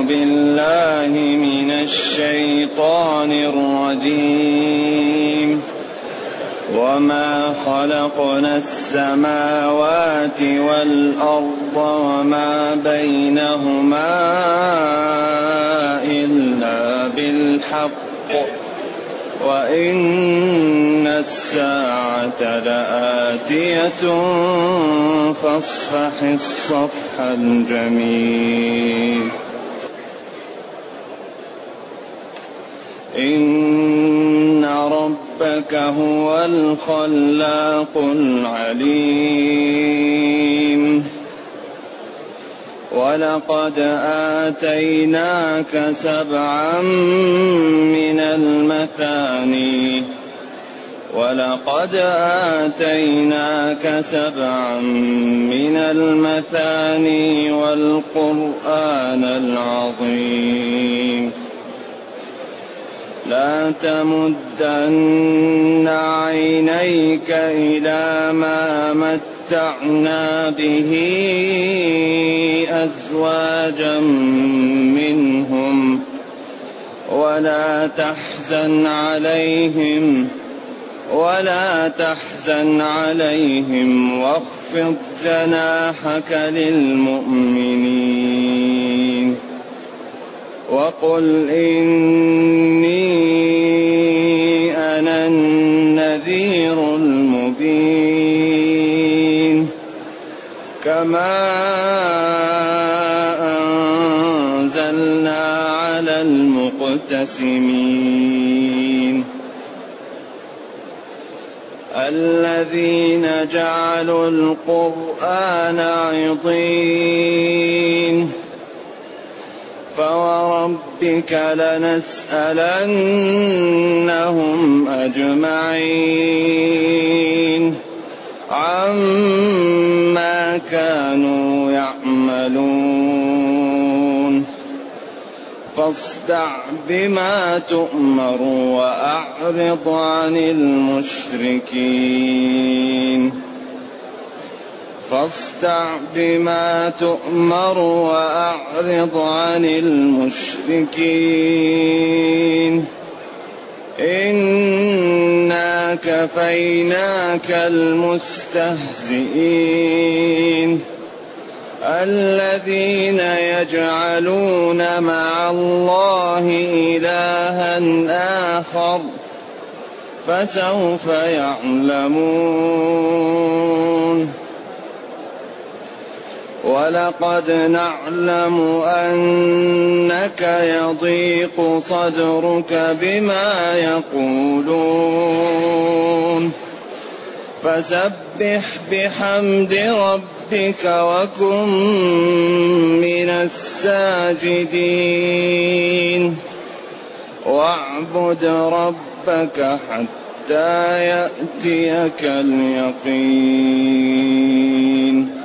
بالله من الشيطان الرجيم. وما خلقنا السماوات والأرض وما بينهما إلا بالحق وإن الساعة لآتية فاصفح الصفح الجميل. إن ربك هو الخلاق العليم. ولقد آتيناك سبعا من المثاني والقرآن العظيم. لا تمدن عينيك إلى ما متعنا به أزواجا منهم ولا تحزن عليهم واخفض جناحك للمؤمنين وقل إني أنا النذير المبين. كما أنزلنا على المقتسمين الذين جعلوا القرآن عضين. فوربك لنسألنهم أجمعين عما كانوا يعملون. فاصدع بما تؤمر وأعرض عن المشركين إنا كفيناك المستهزئين الذين يجعلون مع الله إلها آخر فسوف يعلمون. ولقد نعلم أنك يضيق صدرك بما يقولون فسبح بحمد ربك وكن من الساجدين واعبد ربك حتى يأتيك اليقين.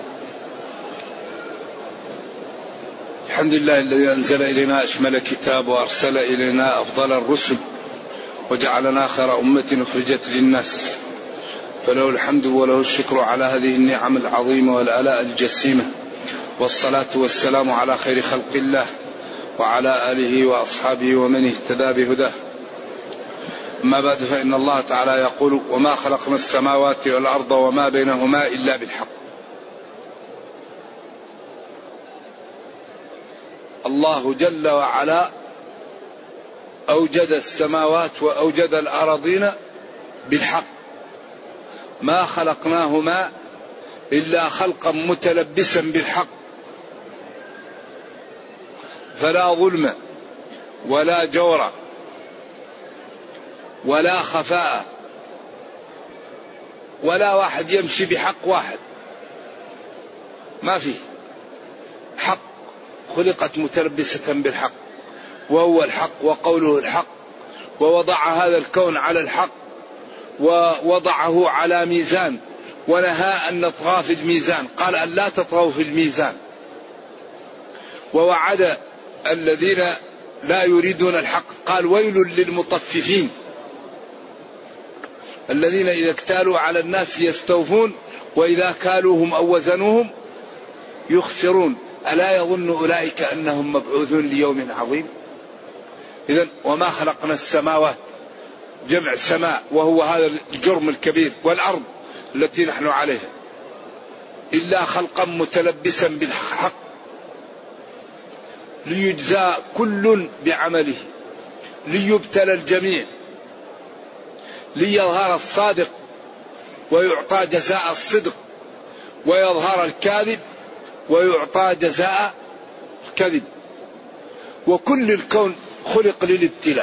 الحمد لله الذي أنزل إلينا أشمل كتاب وأرسل إلينا أفضل الرسل وجعلنا خير أمة أخرجت للناس، فله الحمد وله الشكر على هذه النعم العظيمة والآلاء الجسيمة، والصلاة والسلام على خير خلق الله وعلى آله وأصحابه ومن اهتدى بهداه. أما بعد، فإن الله تعالى يقول: وما خلقنا السماوات والأرض وما بينهما إلا بالحق. الله جل وعلا أوجد السماوات وأوجد الأراضين بالحق، ما خلقناهما إلا خلقا متلبسا بالحق، فلا ظلم ولا جور ولا خفاء ولا واحد يمشي بحق واحد، ما فيه حق، خلقت متلبسة بالحق وهو الحق وقوله الحق، ووضع هذا الكون على الحق ووضعه على ميزان ونهى أن نطغى في الميزان، قال أن لا تطغوا في الميزان، ووعد الذين لا يريدون الحق قال: ويل للمطففين الذين إذا اكتالوا على الناس يستوفون وإذا كالوهم أو وزنوهم يخسرون ألا يظن أولئك أنهم مبعوثون ليوم عظيم. إذن وما خلقنا السماوات جمع سماء وهو هذا الجرم الكبير والأرض التي نحن عليها إلا خلقا متلبسا بالحق ليجزى كل بعمله ليبتلى الجميع ليظهر الصادق ويعطى جزاء الصدق ويظهر الكاذب ويعطى جزاء الكذب. وكل الكون خلق للابتلاء.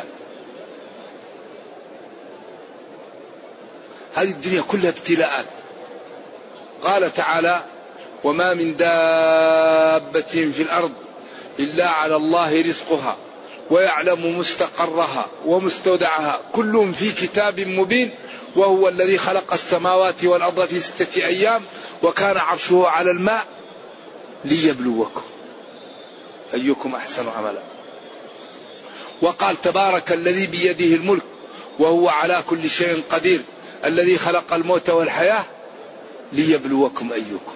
هذه الدنيا كلها ابتلاءات. قال تعالى وما من دابة في الأرض إلا على الله رزقها ويعلم مستقرها ومستودعها كل في كتاب مبين وهو الذي خلق السماوات والأرض في 6 أيام وكان عرشه على الماء ليبلوكم أيكم أحسن عملا. وقال تبارك الذي بيده الملك وهو على كل شيء قدير الذي خلق الموت والحياة ليبلوكم أيكم.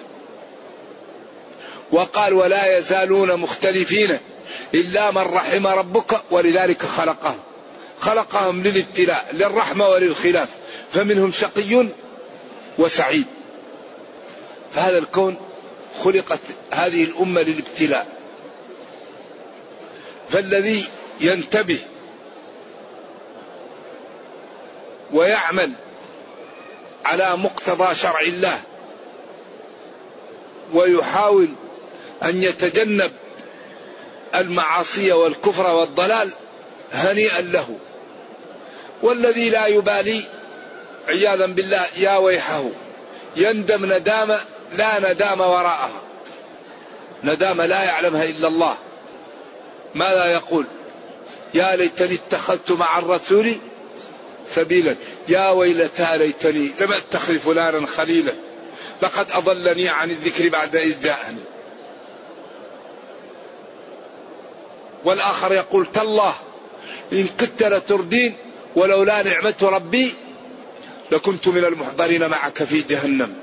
وقال ولا يزالون مختلفين إلا من رحم ربك ولذلك خلقهم للابتلاء للرحمة وللخلاف فمنهم شقي وسعيد. فهذا الكون خلقت هذه الأمة للابتلاء. فالذي ينتبه ويعمل على مقتضى شرع الله ويحاول أن يتجنب المعاصي والكفر والضلال هنيئا له. والذي لا يبالي عياذا بالله يا ويحه يندم ندامة لا ندام وراءها، ندامة لا يعلمها إلا الله. ماذا يقول؟ يا ليتني اتخذت مع الرسول سبيلا يا ويلتى ليتني لم أتخذ فلانا خليلا لقد أضلني عن الذكر بعد إذ جاءني. والآخر يقول تالله إن كدت لتردين ولولا نعمة ربي لكنت من المحضرين معك في جهنم.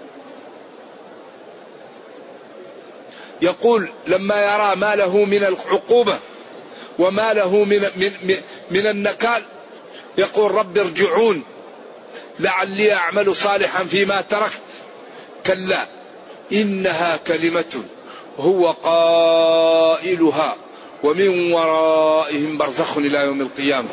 يقول لما يرى ما له من العقوبة وما له من النكال يقول رب ارجعون لعلي أعمل صالحا فيما تركت كلا إنها كلمة هو قائلها ومن ورائهم برزخ إلى يوم القيامة.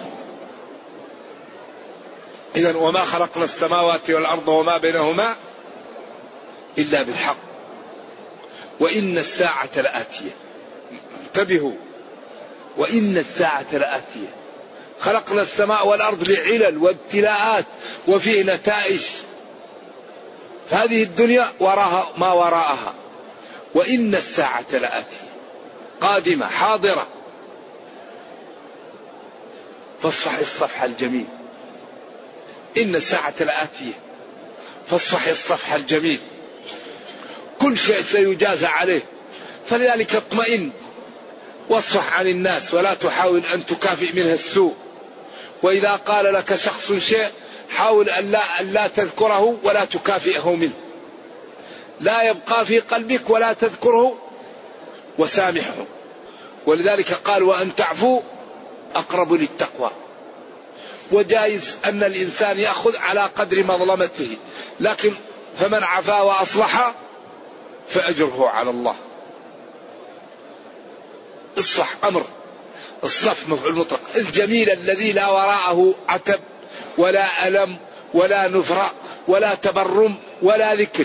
إذن وما خلقنا السماوات والأرض وما بينهما إلا بالحق وإن الساعة لآتية. انتبهوا وإن الساعة لآتية. خلقنا السماء والأرض لعلل وابتلاءات وفيه نتائج. فهذه الدنيا وراها ما وراءها. وإن الساعة لآتية قادمة حاضرة فاصفح الصفح الجميل. إن الساعة لآتية فاصفح الصفح الجميل. كل شيء سيجازى عليه. فلذلك اطمئن واصفح عن الناس ولا تحاول أن تكافئ منها السوء. وإذا قال لك شخص شيء حاول أن لا تذكره ولا تكافئه منه. لا يبقى في قلبك ولا تذكره وسامحه. ولذلك قال وأن تعفو أقرب للتقوى. وجائز أن الإنسان يأخذ على قدر مظلمته لكن فمن عفا وأصلح فأجره على الله. اصلح أمر الصف مفعول مطلق الجميل الذي لا وراءه عتب ولا ألم ولا نفرة ولا تبرم ولا ذكر.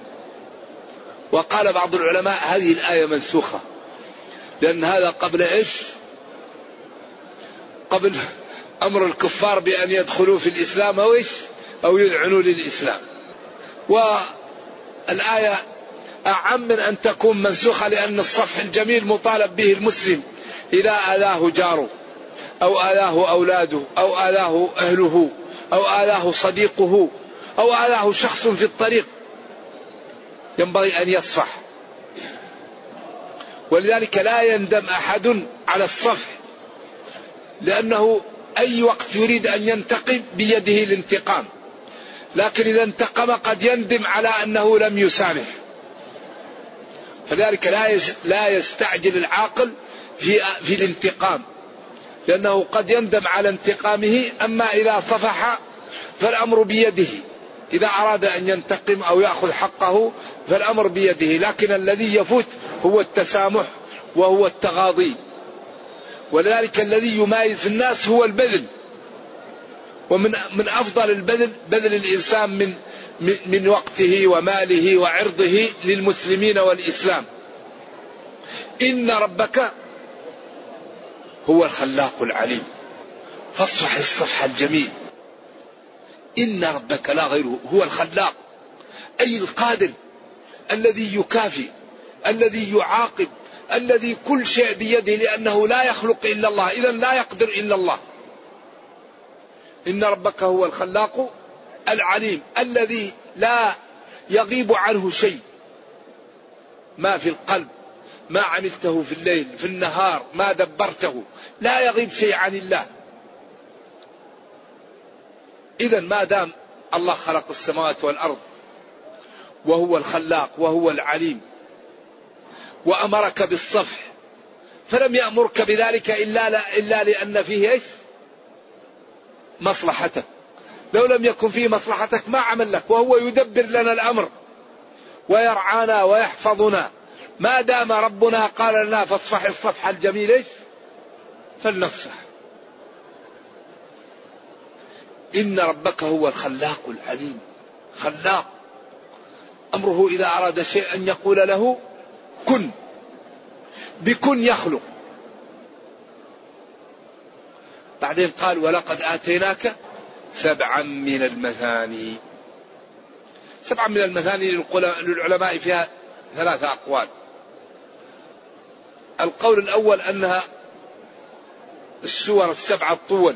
وقال بعض العلماء هذه الآية منسوخة لأن هذا قبل إيش؟ قبل أمر الكفار بأن يدخلوا في الإسلام أو إيش؟ أو يذعنوا للإسلام. والآية أعم من أن تكون منسوخة لأن الصفح الجميل مطالب به المسلم إذا آذاه جاره أو آذاه أولاده أو آذاه أهله أو آذاه صديقه أو آذاه شخص في الطريق ينبغي أن يصفح. ولذلك لا يندم أحد على الصفح لأنه أي وقت يريد أن ينتقم بيده الانتقام لكن إذا انتقم قد يندم على أنه لم يسامح. فلذلك لا يستعجل العاقل في الانتقام، لأنه قد يندم على انتقامه. أما إذا صفح فالأمر بيده، إذا أراد أن ينتقم أو يأخذ حقه فالأمر بيده. لكن الذي يفوت هو التسامح وهو التغاضي. ولذلك الذي يمايز الناس هو البذل، ومن أفضل البذل بذل الإنسان من وقته وماله وعرضه للمسلمين والإسلام. إن ربك هو الخلاق العليم فاصفح الصفح الجميل. إن ربك لا غيره هو الخلاق، أي القادر الذي يكافئ، الذي يعاقب، الذي كل شيء بيده، لأنه لا يخلق إلا الله، إذن لا يقدر إلا الله. إن ربك هو الخلاق العليم الذي لا يغيب عنه شيء، ما في القلب، ما عملته في الليل في النهار، ما دبرته، لا يغيب شيء عن الله. إذن ما دام الله خلق السماوات والأرض وهو الخلاق وهو العليم وأمرك بالصفح، فلم يأمرك بذلك إلا لأن فيه إيش؟ مصلحتك. لو لم يكن فيه مصلحتك ما عمل لك، وهو يدبر لنا الأمر ويرعانا ويحفظنا. ما دام ربنا قال لنا فاصفح الصفح الجميل إيش؟ فلنصفح. إن ربك هو الخلاق العليم. خلاق أمره إذا أراد شيئا أن يقول له كن، بكن يخلق. بعدين قال ولقد آتيناك 7 من المثاني. 7 من المثاني للعلماء فيها 3 أقوال. القول الأول أنها السور 7 الطول: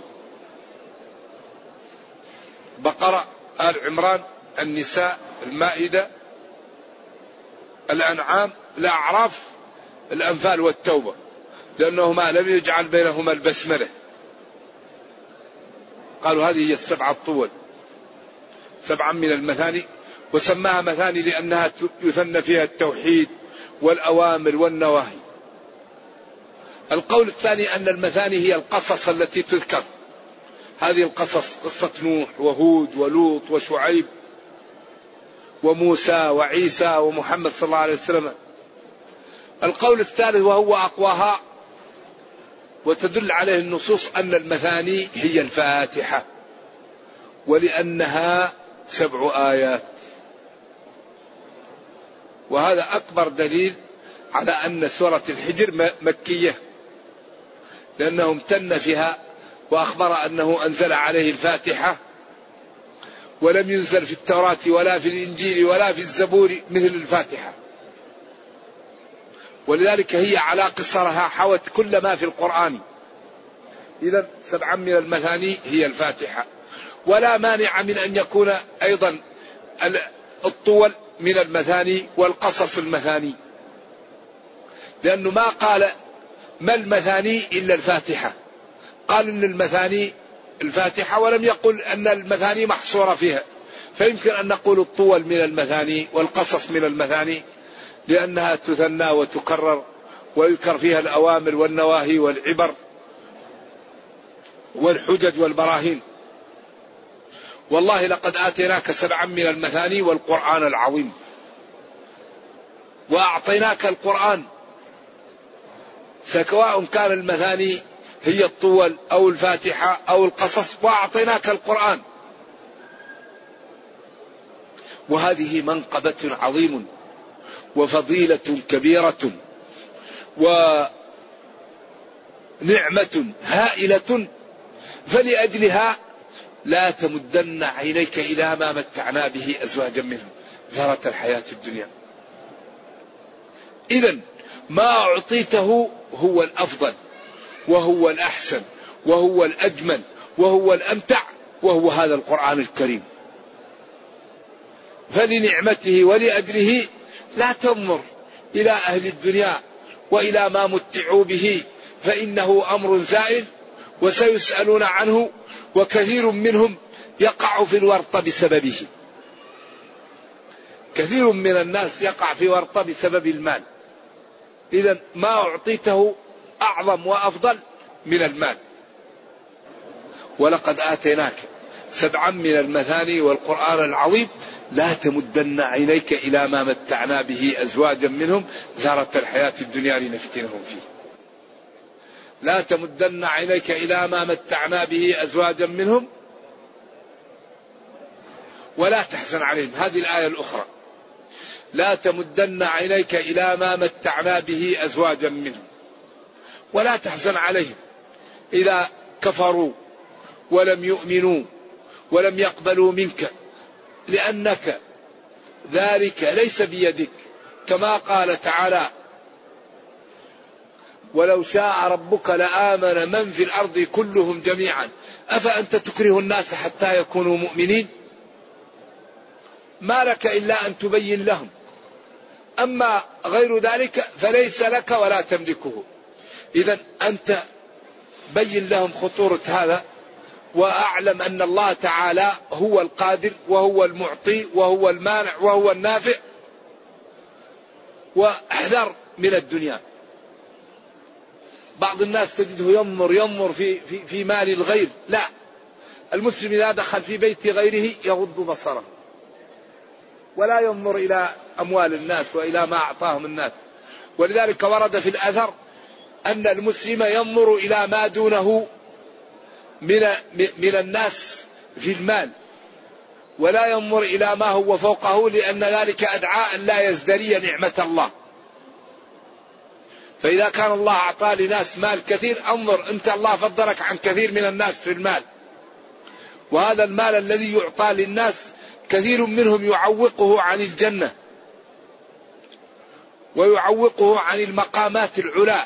بقرة، آل عمران، النساء، المائدة، الأنعام، الأعراف، الأنفال والتوبة، لأنهما لم يجعل بينهما البسملة. قالوا هذه هي 7 الطول، 7 من المثاني. وسماها مثاني لأنها يثنى فيها التوحيد والأوامر والنواهي. القول الثاني أن المثاني هي القصص التي تذكر، هذه القصص قصة نوح وهود ولوط وشعيب وموسى وعيسى ومحمد صلى الله عليه وسلم. القول الثالث وهو أقواها وتدل عليه النصوص أن المثاني هي الفاتحة، ولأنها 7 آيات. وهذا أكبر دليل على أن سورة الحجر مكية، لأنه امتن فيها وأخبر أنه أنزل عليه الفاتحة، ولم ينزل في التوراة ولا في الإنجيل ولا في الزبور مثل الفاتحة. ولذلك هي على قصرها حوت كل ما في القرآن. إذن 7 من المثاني هي الفاتحة. ولا مانع من أن يكون أيضا الطول من المثاني والقصص المثاني، لأنه ما قال ما المثاني إلا الفاتحة، قال إن المثاني الفاتحة ولم يقل أن المثاني محصورة فيها. فيمكن أن نقول الطول من المثاني والقصص من المثاني، لأنها تثنى وتكرر ويذكر فيها الأوامر والنواهي والعبر والحجج والبراهين. والله لقد آتيناك 7 من المثاني والقرآن العظيم. وأعطيناك القرآن، سواء كان المثاني هي الطول أو الفاتحة أو القصص، وأعطيناك القرآن. وهذه منقبة عظيم وفضيلة كبيرة ونعمة هائلة، فلأجلها لا تمدن عينيك إلى ما متعنا به أزواجا منهم زهرة الحياة الدنيا. إذن ما أعطيته هو الأفضل وهو الأحسن وهو الأجمل وهو الأمتع، وهو هذا القرآن الكريم. فلنعمته ولأجله لا تنظر إلى أهل الدنيا وإلى ما متعوا به، فإنه أمر زائل وسيسألون عنه، وكثير منهم يقع في الورطة بسببه. كثير من الناس يقع في ورطة بسبب المال، إذن ما أعطيته أعظم وأفضل من المال. ولقد آتيناك 7 من المثاني والقرآن العظيم لا تمدن عينيك إلى ما متعنا به أزواجا منهم زهرة الحياة الدنيا لنفتنهم فيه. لا تمدن عينيك إلى ما متعنا به أزواجا منهم ولا تحزن عليهم. هذه الآية الأخرى لا تمدن عينيك إلى ما متعنا به أزواجا منهم ولا تحزن عليهم إذا كفروا ولم يؤمنوا ولم يقبلوا منك، لأنك ذلك ليس بيدك، كما قال تعالى ولو شاء ربك لآمن من في الأرض كلهم جميعا أفأنت تكره الناس حتى يكونوا مؤمنين. ما لك إلا أن تبين لهم، أما غير ذلك فليس لك ولا تملكه. إذن أنت بين لهم خطورة هذا، وأعلم أن الله تعالى هو القادر وهو المعطي وهو المانع وهو النافع، واحذر من الدنيا. بعض الناس تجده ينظر في مال الغير. لا، المسلم إذا دخل في بيت غيره يغض بصره ولا ينظر إلى أموال الناس وإلى ما أعطاهم الناس. ولذلك ورد في الأثر أن المسلم ينظر إلى ما دونه من الناس في المال، ولا ينظر إلى ما هو فوقه، لأن ذلك أدعى أن لا يزدري نعمة الله. فإذا كان الله أعطى لناس مال كثير انظر أنت الله فضلك عن كثير من الناس في المال، وهذا المال الذي يعطى للناس كثير منهم يعوقه عن الجنة ويعوقه عن المقامات العلى،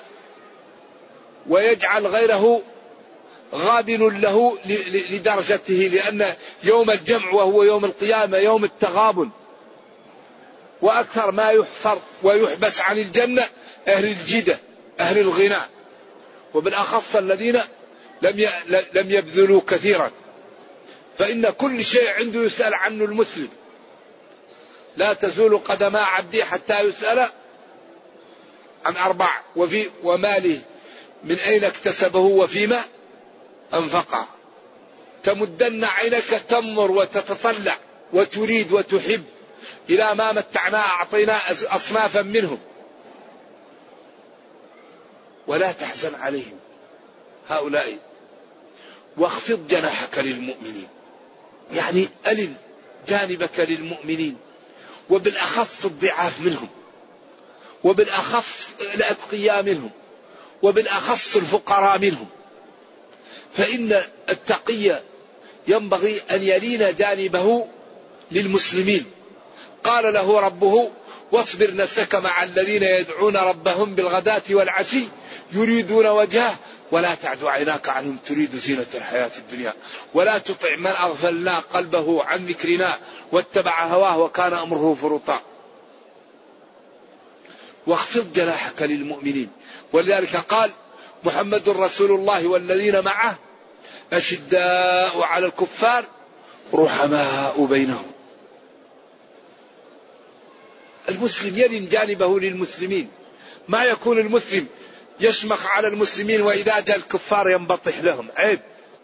ويجعل غيره غابن له لدرجته، لأن يوم الجمع وهو يوم القيامة يوم التغابن. وأكثر ما يحفر ويحبس عن الجنة أهل الجدة أهل الغنى، وبالأخص الذين لم يبذلوا كثيرا. فإن كل شيء عنده يسأل عنه المسلم. لا تزول قدما عبدي حتى يسأل عن 4: وماله من أين اكتسبه وفيما أنفقه. تمدن عينك تنظر وتتطلع وتريد وتحب إلى ما متعنا أعطينا أصنافا منهم، ولا تحزن عليهم هؤلاء، واخفض جناحك للمؤمنين. يعني ألن جانبك للمؤمنين، وبالأخص الضعاف منهم، وبالأخص الأتقياء منهم، وبالأخص الفقراء منهم. فإن التقي ينبغي أن يلين جانبه للمسلمين. قال له ربه واصبر نفسك مع الذين يدعون ربهم بالغداة والعشي يريدون وجهه ولا تعد عيناك عنهم تريد زينة الحياة الدنيا ولا تطع من أغفلنا قلبه عن ذكرنا واتبع هواه وكان أمره فرطا. واخفض جناحك للمؤمنين. ولذلك قال محمد رسول الله والذين معه أشداء على الكفار رحماء بينهم. المسلم يلن جانبه للمسلمين. ما يكون المسلم يشمخ على المسلمين وإذا جاء الكفار ينبطح لهم، عيب.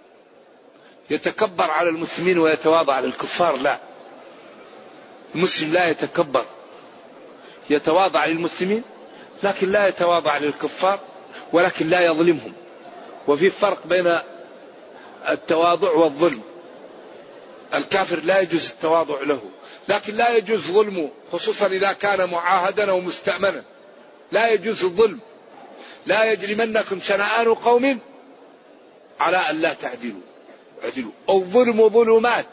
يتكبر على المسلمين ويتواضع للكفار، لا. المسلم لا يتكبر، يتواضع للمسلمين لكن لا يتواضع للكفار، ولكن لا يظلمهم. وفي فرق بين التواضع والظلم. الكافر لا يجوز التواضع له، لكن لا يجوز ظلمه، خصوصا إذا كان معاهدا أو مستأمنا. لا يجوز الظلم. لا يجرمنكم شنآن قوم على أن لا تعدلوا اعدلوا. الظلم ظلمات.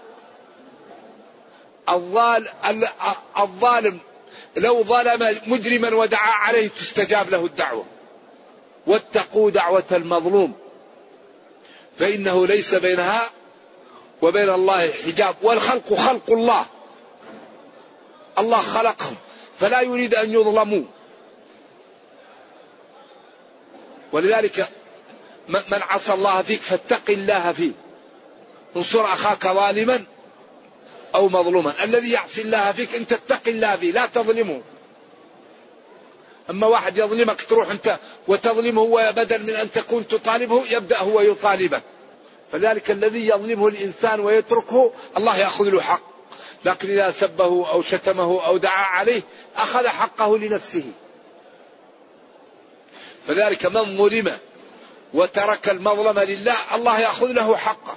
الظالم لو ظلم مجرما ودعا عليه تستجاب له الدعوة. واتقوا دعوة المظلوم فإنه ليس بينها وبين الله حجاب. والخلق خلق الله، الله خلقهم فلا يريد أن يظلموا. ولذلك من عصى الله فيك فاتق الله فيه. انصر أخاك ظالما أو مظلوما. الذي يعصي الله فيك أنت اتق الله فيه، لا تظلمه. أما واحد يظلمك تروح أنت وتظلمه، وبدل من أن تكون تطالبه يبدأ هو يطالبك. فذلك الذي يظلمه الإنسان ويتركه الله يأخذ له حق، لكن إذا سبه أو شتمه أو دعا عليه أخذ حقه لنفسه. فذلك من ظلم وترك المظلمة لله الله يأخذ له حقه،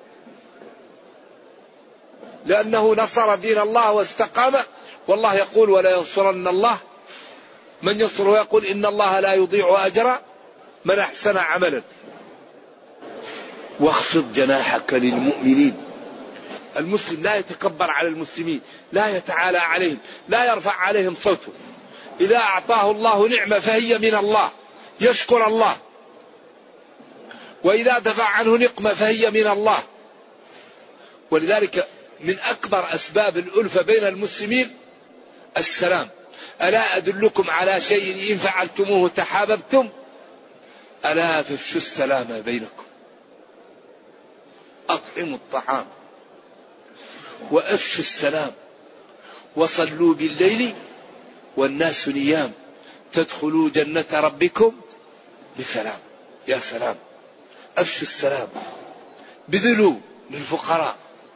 لأنه نصر دين الله واستقام. والله يقول ولا ينصرن الله من ينصره، يقول إن الله لا يضيع أجر من أحسن عملا. واخفض جناحك للمؤمنين. المسلم لا يتكبر على المسلمين، لا يتعالى عليهم، لا يرفع عليهم صوته. إذا أعطاه الله نعمة فهي من الله يشكر الله، وإذا دفع عنه نقمة فهي من الله. ولذلك من أكبر أسباب الألفة بين المسلمين السلام. ألا أدلكم على شيء إن فعلتموه تحاببتم؟ ألا فافشوا السلام بينكم. أطعموا الطعام وأفشوا السلام وصلوا بالليل والناس نيام تدخلوا جنة ربكم بسلام. يا سلام، أفشوا السلام، بذلوا للفقراء.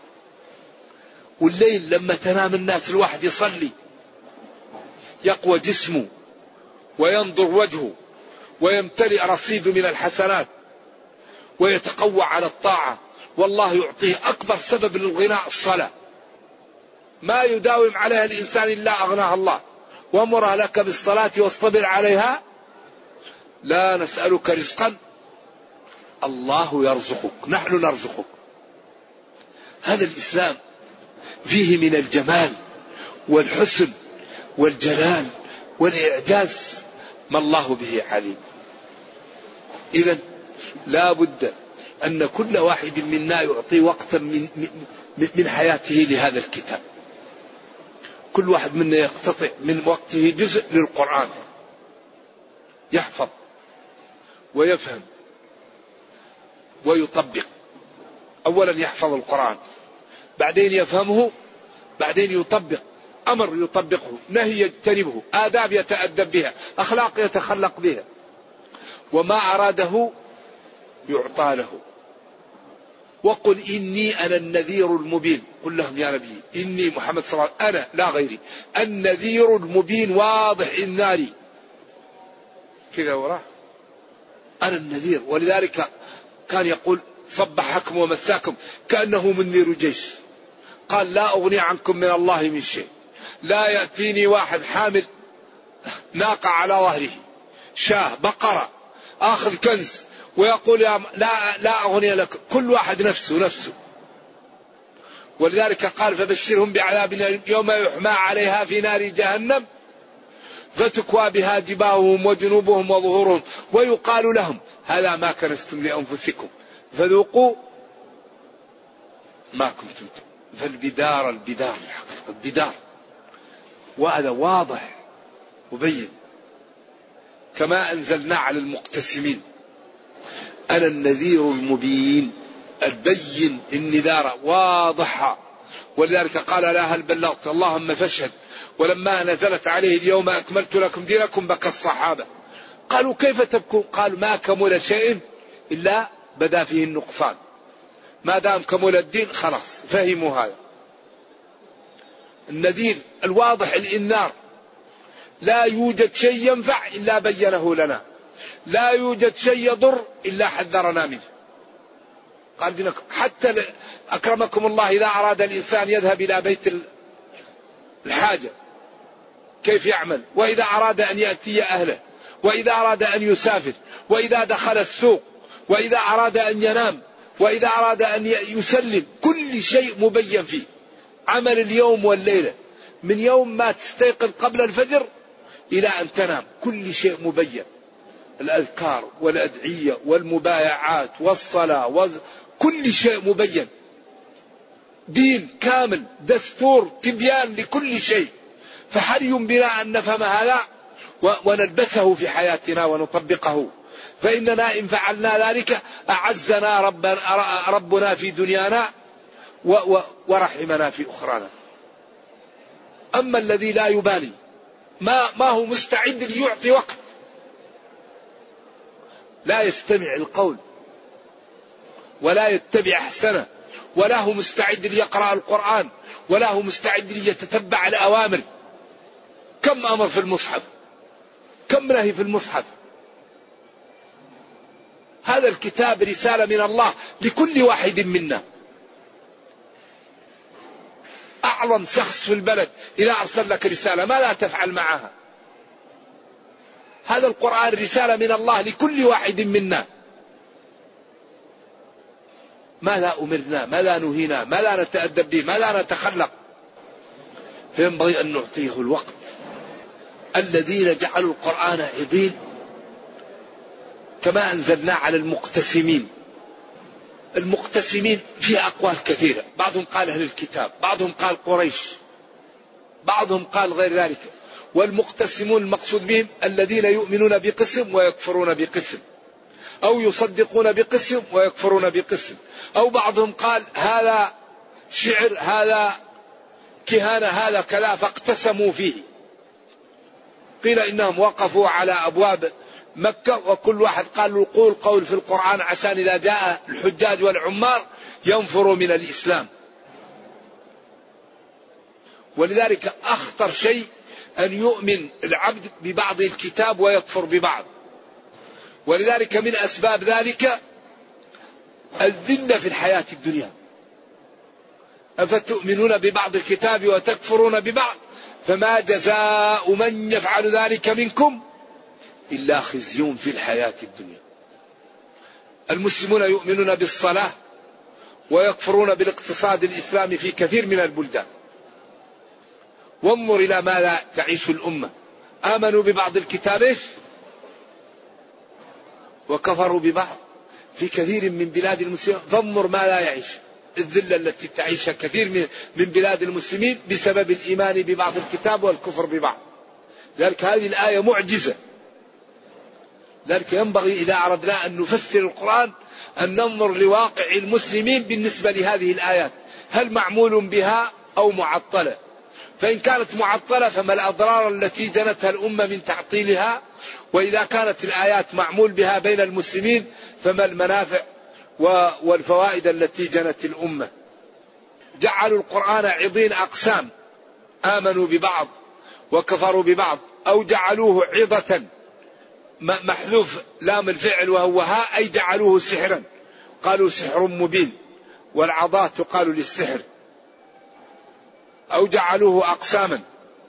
والليل لما تنام الناس الواحد يصلي يقوى جسمه وينظر وجهه ويمتلئ رصيد من الحسنات ويتقوى على الطاعة، والله يعطيه أكبر سبب للغناء الصلاة. ما يداوم عليها الإنسان إلا أغناها الله. وامر لك بالصلاة واصطبر عليها لا نسألك رزقا الله يرزقك، نحن نرزقك. هذا الإسلام فيه من الجمال والحسن والجلال والإعجاز ما الله به عليم. إذن لا بد أن كل واحد منا يعطي وقتا من حياته لهذا الكتاب. كل واحد منا يقتطع من وقته جزء للقرآن، يحفظ ويفهم ويطبق. أولا يحفظ القرآن، بعدين يفهمه، بعدين يطبق. أمر يطبقه، نهي يجتنبه، آداب يتأدب بها، أخلاق يتخلق بها. وما أراده يعطى له. وقل إني أنا النذير المبين. قل لهم يا نبي إني محمد صلى الله عليه وسلم أنا لا غيري النذير المبين واضح النار كذا وراه، أنا النذير. ولذلك كان يقول صبحكم ومساكم كأنه منذر جيش. قال لا أغني عنكم من الله من شيء. لا يأتيني واحد حامل ناقة على ظهره، شاه، بقرة، آخذ كنز ويقول لا أغني لك. كل واحد نفسه. ولذلك قال فبشرهم بعذاب يوم يحمى عليها في نار جهنم فتكوى بها جباههم وجنوبهم وظهورهم ويقال لهم هذا ما كنستم لأنفسكم فذوقوا ما كنتم. فالبدار الحقيقة البدار، وهذا واضح مبين. كما أنزلنا على المقتسمين أنا النذير المبين. البين النذارة واضحة. ولذلك قال لا هل بلغت اللهم فاشهد. ولما نزلت عليه اليوم أكملت لكم دينكم بكى الصحابة. قالوا كيف تبكون؟ قال ما كمل شيء إلا بدا فيه النقصان. ما دام كمل الدين خلاص فهموا هذا. النذير الواضح الإنذار. لا يوجد شيء ينفع إلا بينه لنا، لا يوجد شيء يضر إلا حذرنا منه. قال دينكم حتى أكرمكم الله إذا أراد الإنسان يذهب إلى بيت الحاجة كيف يعمل، وإذا أراد أن يأتي أهله، وإذا أراد أن يسافر، وإذا دخل السوق، وإذا أراد أن ينام، وإذا أراد أن يسلم، كل شيء مبين فيه. عمل اليوم والليلة من يوم ما تستيقظ قبل الفجر إلى أن تنام كل شيء مبين. الأذكار والأدعية والمبايعات والصلاة كل شيء مبين. دين كامل، دستور، تبيان لكل شيء. فحري بنا أن نفهم هذا ونلبسه في حياتنا ونطبقه. فإننا إن فعلنا ذلك أعزنا ربنا في دنيانا ورحمنا في أخرانا. أما الذي لا يبالي ما هو مستعد ليعطي وقت، لا يستمع القول ولا يتبع أحسنه، ولا هو مستعد ليقرأ القرآن، ولا هو مستعد ليتتبع الأوامر. كم أمر في المصحف، كم نهي في المصحف. هذا الكتاب رسالة من الله لكل واحد منا. أعظم شخص في البلد إذا أرسل لك رسالة ما لا تفعل معها؟ هذا القرآن رسالة من الله لكل واحد منا. ما لا أمرنا، ما لا نهينا، ما لا نتأدب به، ما لا نتخلق. فينبغي أن نعطيه الوقت. الذين جعلوا القرآن عضين كما أنزلنا على المقتسمين. المقتسمين فيه أقوال كثيرة، بعضهم قال أهل الكتاب، بعضهم قال قريش، بعضهم قال غير ذلك. والمقتسمون المقصود بهم الذين يؤمنون بقسم ويكفرون بقسم، أو يصدقون بقسم ويكفرون بقسم، أو بعضهم قال هذا شعر، هذا كهانة، هذا كلا، فاقتسموا فيه. قيل إنهم وقفوا على أبواب مكة وكل واحد قال له قول قول في القرآن عشان إذا جاء الحجاج والعمار ينفروا من الإسلام. ولذلك أخطر شيء أن يؤمن العبد ببعض الكتاب ويكفر ببعض. ولذلك من أسباب ذلك الذلة في الحياة الدنيا. أفتؤمنون ببعض الكتاب وتكفرون ببعض فما جزاء من يفعل ذلك منكم إلا خزي في الحياة الدنيا. المسلمون يؤمنون بالصلاة ويكفرون بالاقتصاد الإسلامي في كثير من البلدان. وانظر إلى ما لا تعيش الأمة. آمنوا ببعض الكتاب وكفروا ببعض في كثير من بلاد المسلمين. فانظر ما لا يعيش، الذلة التي تعيشها كثير من بلاد المسلمين بسبب الإيمان ببعض الكتاب والكفر ببعض. لذلك هذه الآية معجزة. لذلك ينبغي إذا أردنا أن نفسر القرآن أن ننظر لواقع المسلمين بالنسبة لهذه الآيات، هل معمول بها أو معطلة؟ فإن كانت معطلة فما الأضرار التي جنتها الأمة من تعطيلها؟ وإذا كانت الآيات معمول بها بين المسلمين فما المنافع والفوائد التي جنت الأمة؟ جعلوا القرآن عضين أقسام، آمنوا ببعض وكفروا ببعض، أو جعلوه عضة محذوف لام الفعل وهو ها، أي جعلوه سحرا، قالوا سحر مبين، والعضاء تقال للسحر، أو جعلوه أقساما.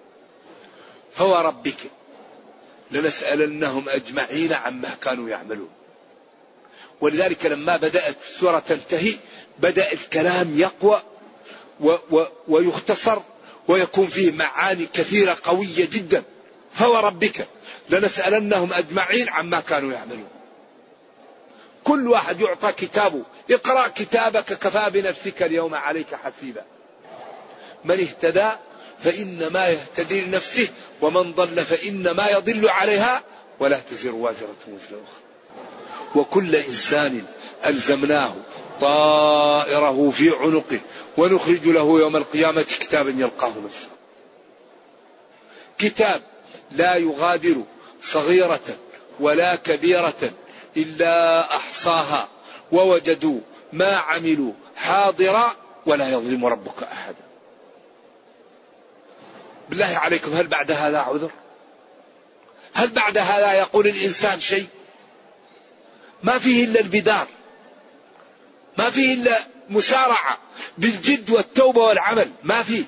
فوربك لنسألنهم أجمعين عما كانوا يعملون. ولذلك لما بدأت السورة تنتهي بدأ الكلام يقوى ويختصر ويكون فيه معاني كثيرة قوية جدا. فوربك لنسألنهم أجمعين عما كانوا يعملون. كل واحد يعطى كتابه، اقرأ كتابك كفى بنفسك اليوم عليك حسيبا. من اهتدى فإنما يهتدي لنفسه ومن ضل فإنما يضل عليها ولا تزر وازرة وزر أخرى. وكل إنسان ألزمناه طائره في عنقه ونخرج له يوم القيامة كتابا يلقاه منشورا. كتاب لا يغادر صغيرة ولا كبيرة إلا أحصاها ووجدوا ما عملوا حاضرا ولا يظلم ربك أحدا. بالله عليكم هل بعد هذا عذر؟ هل بعد هذا يقول الإنسان شيء؟ ما فيه إلا البدار، ما فيه إلا مسارعة بالجد والتوبة والعمل، ما فيه.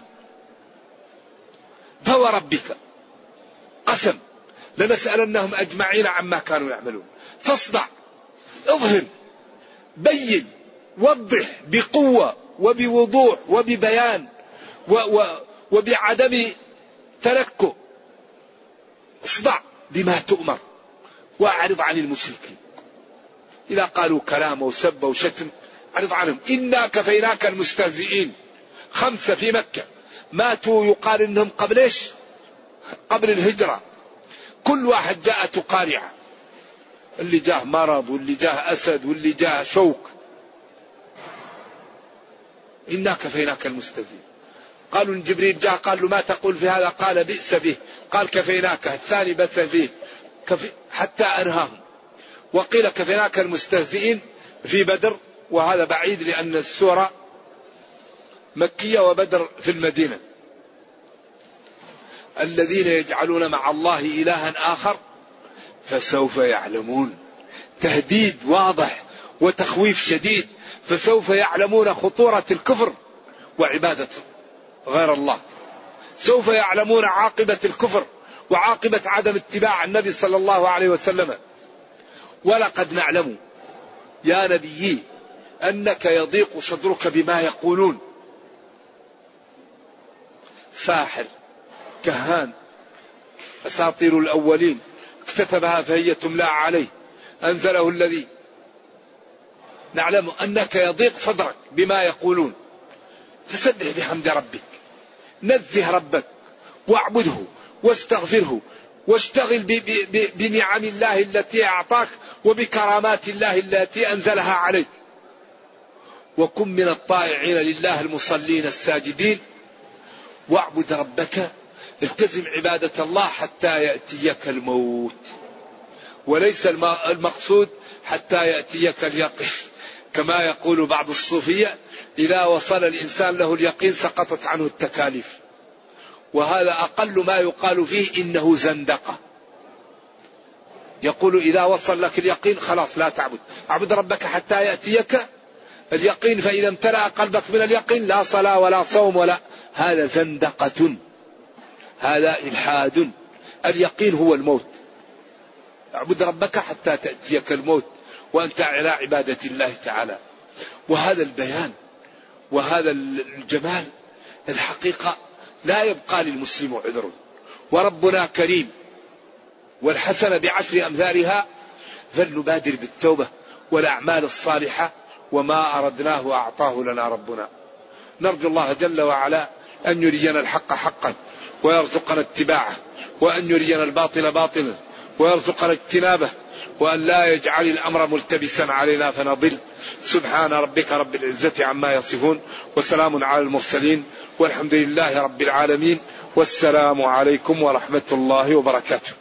فوربك قسم لنسألنهم أجمعين عما كانوا يعملون. فاصدع، اظهر، بين، وضح بقوة وبوضوح وببيان وبعدم تنكر. اصدع بما تؤمر واعرض عن المشركين. إذا قالوا كلام وسب وشتم اعرض عنهم. إنا كفيناك المستهزئين. 5 في مكة ماتوا يقال إنهم قبل إيش؟ قبل الهجرة. كل واحد جاءته قارعة، اللي جاه مرض واللي جاه أسد واللي جاه شوك. إنا كفيناك المستهزئين. قالوا إن جبريل جاء قال له ما تقول في هذا؟ قال بئس به قال كفيناك، الثاني بث فيه حتى أنهاهم. وقيل كفيناك المستهزئين في بدر، وهذا بعيد لأن السورة مكية وبدر في المدينة. الذين يجعلون مع الله إلها آخر فسوف يعلمون، تهديد واضح وتخويف شديد، فسوف يعلمون خطورة الكفر وعبادة غير الله، سوف يعلمون عاقبة الكفر وعاقبة عدم اتباع النبي صلى الله عليه وسلم. ولقد نعلم يا نبي أنك يضيق صدرك بما يقولون. ساحر، كهان، أساطير الأولين اكتتبها فهي تملى عليه، أنزله الذي. نعلم أنك يضيق صدرك بما يقولون، فسبح بحمد ربك، نزه ربك واعبده واستغفره واشتغل بنعم الله التي أعطاك وبكرامات الله التي أنزلها عليك، وكن من الطائعين لله المصلين الساجدين، واعبد ربك، التزم عبادة الله حتى يأتيك الموت. وليس المقصود حتى يأتيك اليقين كما يقول بعض الصوفية، إذا وصل الإنسان له اليقين سقطت عنه التكاليف، وهذا أقل ما يقال فيه إنه زندقة. يقول إذا وصل لك اليقين خلاص لا تعبد، اعبد ربك حتى يأتيك اليقين، فإذا امتلأ قلبك من اليقين لا صلاة ولا صوم ولا، هذا زندقة، هذا إلحاد. اليقين هو الموت، اعبد ربك حتى تأتيك الموت وأنت على عبادة الله تعالى. وهذا البيان وهذا الجمال الحقيقة لا يبقى للمسلم عذر، وربنا كريم والحسنة بعشر أمثالها، فلنبادر بالتوبة والأعمال الصالحة، وما أردناه أعطاه لنا ربنا. نرجو الله جل وعلا أن يرينا الحق حقا ويرزقنا اتباعه، وأن يرينا الباطل باطلا ويرزقنا اجتنابه، وأن لا يجعل الأمر ملتبسا علينا فنضل. سبحان ربك رب العزة عما يصفون، وسلام على المرسلين، والحمد لله رب العالمين، والسلام عليكم ورحمة الله وبركاته.